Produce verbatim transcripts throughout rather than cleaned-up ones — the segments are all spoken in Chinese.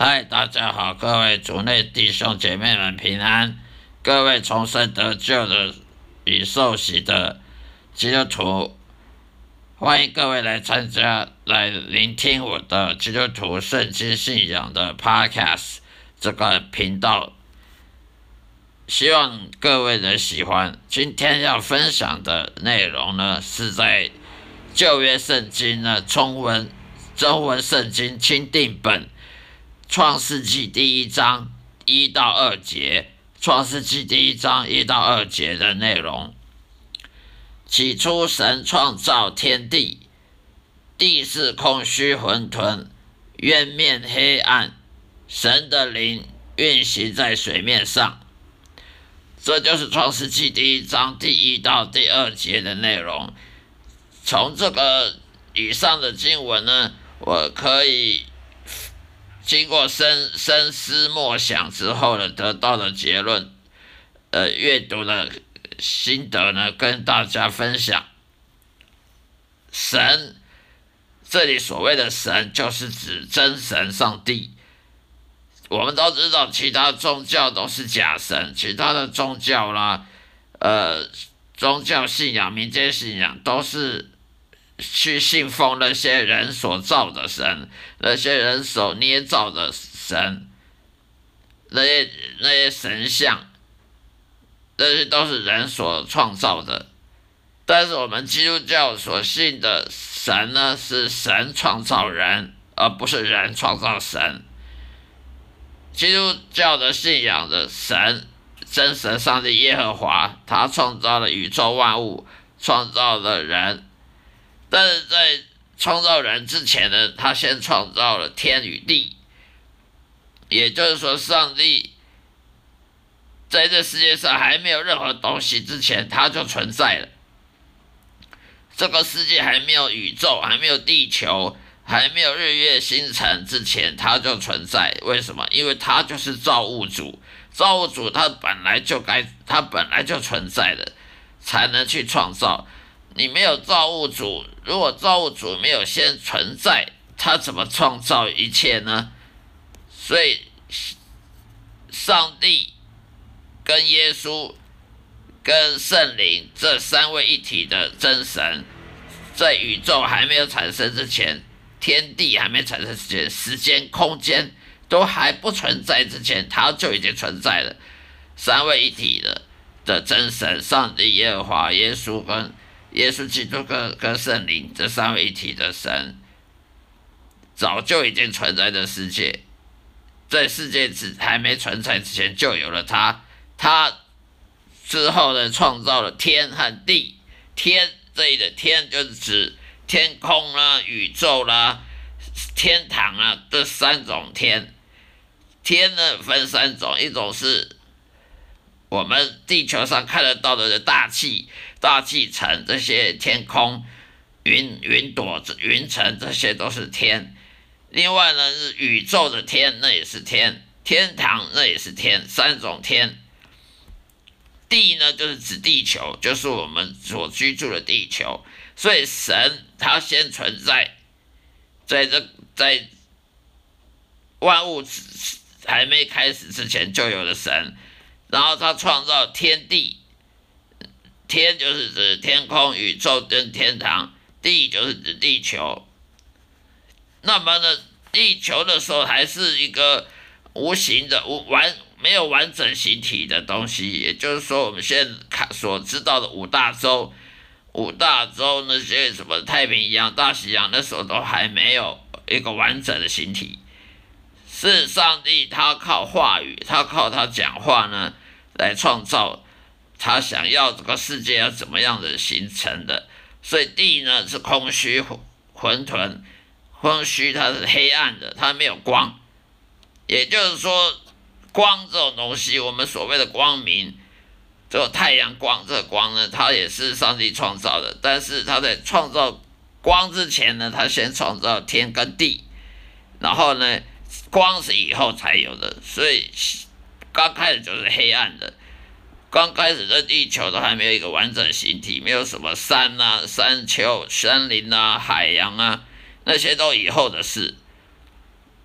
嗨，大家好，各位主内弟兄姐妹们平安，各位重生得救的与受洗的基督徒，欢迎各位来参加，来聆听我的基督徒圣经信仰的 Podcast 这个频道，希望各位的喜欢。今天要分享的内容呢，是在旧约圣经呢中文中文圣经钦定本创世纪第一章一到二节，创世纪第一章一到二节的内容。起初神创造天地，地是空虚混沌，渊面黑暗，神的灵运行在水面上。这就是创世纪第一章第一到第二节的内容。从这个以上的经文呢，我可以经过深深思默想之后呢，得到的结论，呃，阅读的心得呢，跟大家分享。神，这里所谓的神，就是指真神上帝。我们都知道，其他宗教都是假神，其他的宗教啦，呃，宗教信仰、民间信仰都是去信奉那些人所造的神，那些人所捏造的神，那些那些神像，这些都是人所创造的。但是我们基督教所信的神呢，是神创造人，而不是人创造神。基督教的信仰的神，真神上帝耶和华，他创造了宇宙万物，创造了人。但是在创造人之前呢，他先创造了天与地，也就是说，上帝在这世界上还没有任何东西之前，他就存在了。这个世界还没有宇宙，还没有地球，还没有日月星辰之前，他就存在。为什么？因为他就是造物主，造物主他本来就该，他本来就存在的，才能去创造。你没有造物主，如果造物主没有先存在，他怎么创造一切呢？所以，上帝跟耶稣跟圣灵这三位一体的真神，在宇宙还没有产生之前，天地还没产生之前，时间空间都还不存在之前，他就已经存在了。三位一体的的真神，上帝、耶和华、耶稣跟耶稣基督跟跟圣灵这三位一体的神，早就已经存在的世界，在世界之还没存在之前就有了他。他之后呢，创造了天和地。天这里的天就是指天空啦、宇宙啦、天堂啊，这三种天。天呢分三种，一种是我们地球上看得到的大气、大气层，这些天空、云、云朵、云层，这些都是天。另外呢是宇宙的天，那也是天；天堂那也是天，三种天。地呢就是指地球，就是我们所居住的地球。所以神他先存在，在这在万物还没开始之前就有了神。然后他创造天地，天就是指天空、宇宙跟天堂，地就是指地球。那么呢，地球的时候还是一个无形的、无完没有完整形体的东西，也就是说，我们现在看所知道的五大洲，五大洲那些什么太平洋、大西洋，那时候都还没有一个完整的形体。是上帝他靠话语，他靠他讲话呢，来创造他想要这个世界要怎么样的形成的。所以地呢是空虚混沌，空虚它是黑暗的，它没有光。也就是说，光这种东西，我们所谓的光明，这个太阳光，这个光呢，它也是上帝创造的。但是他在创造光之前呢，他先创造天跟地，然后呢，光是以后才有的。所以刚开始就是黑暗的，刚开始的地球都还没有一个完整形体，没有什么山啊、山丘、森林啊、海洋啊，那些都以后的事。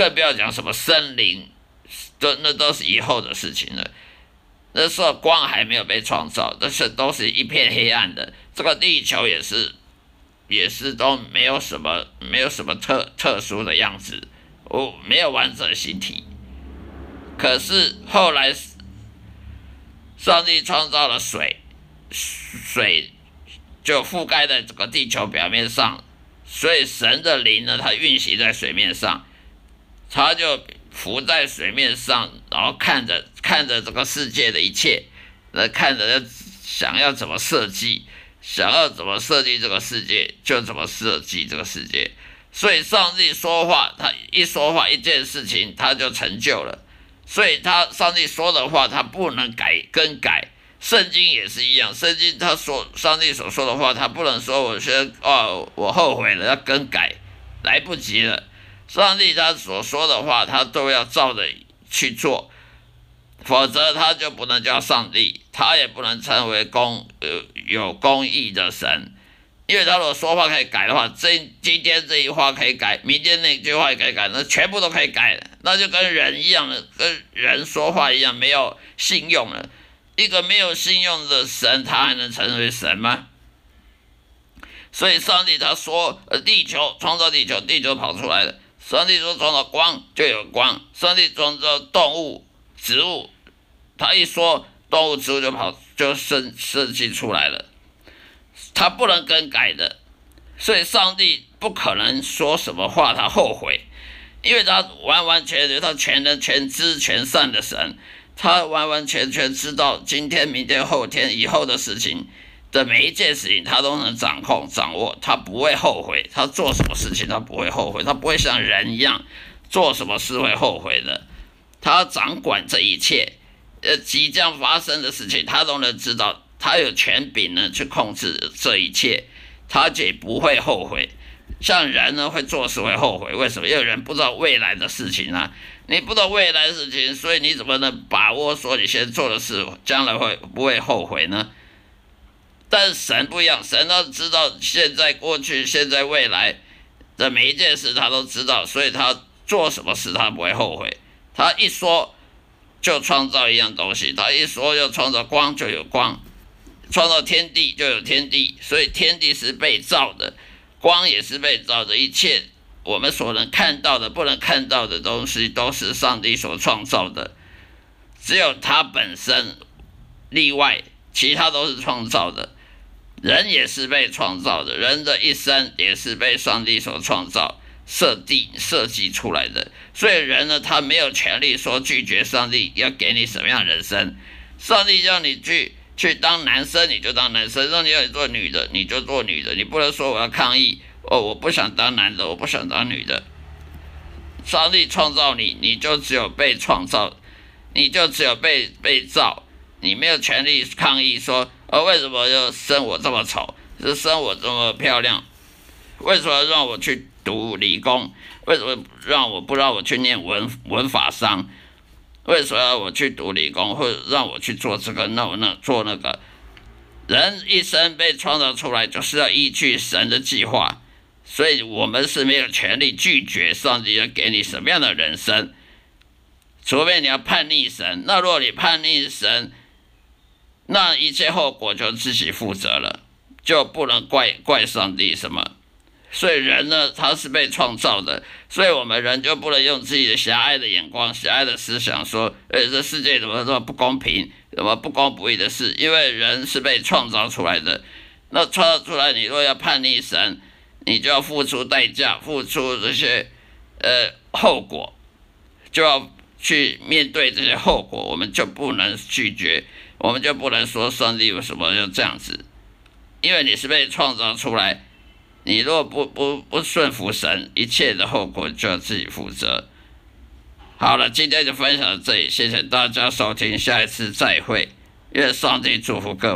更不要讲什么森林，都那都是以后的事情了。那时候光还没有被创造，这是都是一片黑暗的。这个地球也是，也是都没有什么没有什么特特殊的样子，哦，没有完整形体。可是后来，上帝创造了水，水就覆盖在这个地球表面上，所以神的灵呢，它运行在水面上，它就浮在水面上，然后看着看着这个世界的一切，那看着想要怎么设计，想要怎么设计这个世界，就怎么设计这个世界。所以上帝说话，他一说话，一件事情他就成就了。所以他上帝说的话，他不能改更改。圣经也是一样，圣经他说上帝所说的话，他不能说我先哦我后悔了要更改，来不及了。上帝他所说的话，他都要照着去做，否则他就不能叫上帝，他也不能成为公呃有公义的神。因为他如果说话可以改的话，这今天这一话可以改，明天那句话也可以改，那全部都可以改，那就跟人一样的，跟人说话一样，没有信用了。一个没有信用的神，他还能成为神吗？所以上帝他说，呃，地球创造地球，地球跑出来了。上帝说创造光就有光，上帝创造动物、植物，他一说动物、植物就跑就生设计出来了。他不能更改的，所以上帝不可能说什么话他后悔，因为他完完全全他全能全知全善的神，他完完全全知道今天明天后天以后的事情的每一件事情他都能掌控掌握，他不会后悔，他做什么事情他不会后悔，他不会像人一样做什么事会后悔的，他掌管这一切，呃，即将发生的事情他都能知道。他有权柄呢去控制这一切，他也不会后悔。像人呢会做事会后悔，为什么？因为人不知道未来的事情啊，你不知道未来的事情，所以你怎么能把握说你先做的事将来会不会后悔呢？但是神不一样，神都知道现在、过去、现在、未来的每一件事他都知道，所以他做什么事他不会后悔。他一说就创造一样东西，他一说就创造光就有光。创造天地就有天地，所以天地是被造的，光也是被造的，一切我们所能看到的、不能看到的东西都是上帝所创造的，只有他本身例外，其他都是创造的。人也是被创造的，人的一生也是被上帝所创造、设定、设计出来的。所以人呢，他没有权利说拒绝上帝要给你什么样的人生，上帝让你去。去当男生你就当男生，让你要做女的你就做女的，你不能说我要抗议哦，我不想当男的，我不想当女的。上帝创造你，你就只有被创造，你就只有被被造，你没有权利抗议说哦，为什么要生我这么丑，是生我这么漂亮？为什么让我去读理工？为什么让我不让我去念文文法商？为什么要我去读理工，或者让我去做这个那那做那个？人一生被创造出来，就是要依据神的计划，所以我们是没有权利拒绝上帝要给你什么样的人生，除非你要叛逆神。那如果你叛逆神，那一切后果就自己负责了，就不能怪怪上帝什么。所以人呢，他是被创造的，所以我们人就不能用自己的狭隘的眼光、狭隘的思想说，呃，这世界怎么这么不公平，怎么不公不义的事？因为人是被创造出来的，那创造出来，你若要叛逆神，你就要付出代价，付出这些呃后果，就要去面对这些后果，我们就不能拒绝，我们就不能说上帝为什么要这样子，因为你是被创造出来。你若不不不顺服神，一切的后果就要自己负责。好了，今天就分享到这里，谢谢大家收听，下一次再会，愿上帝祝福各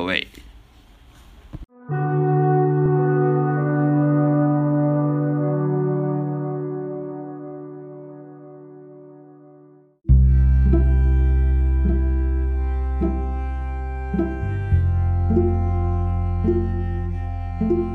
位。thank you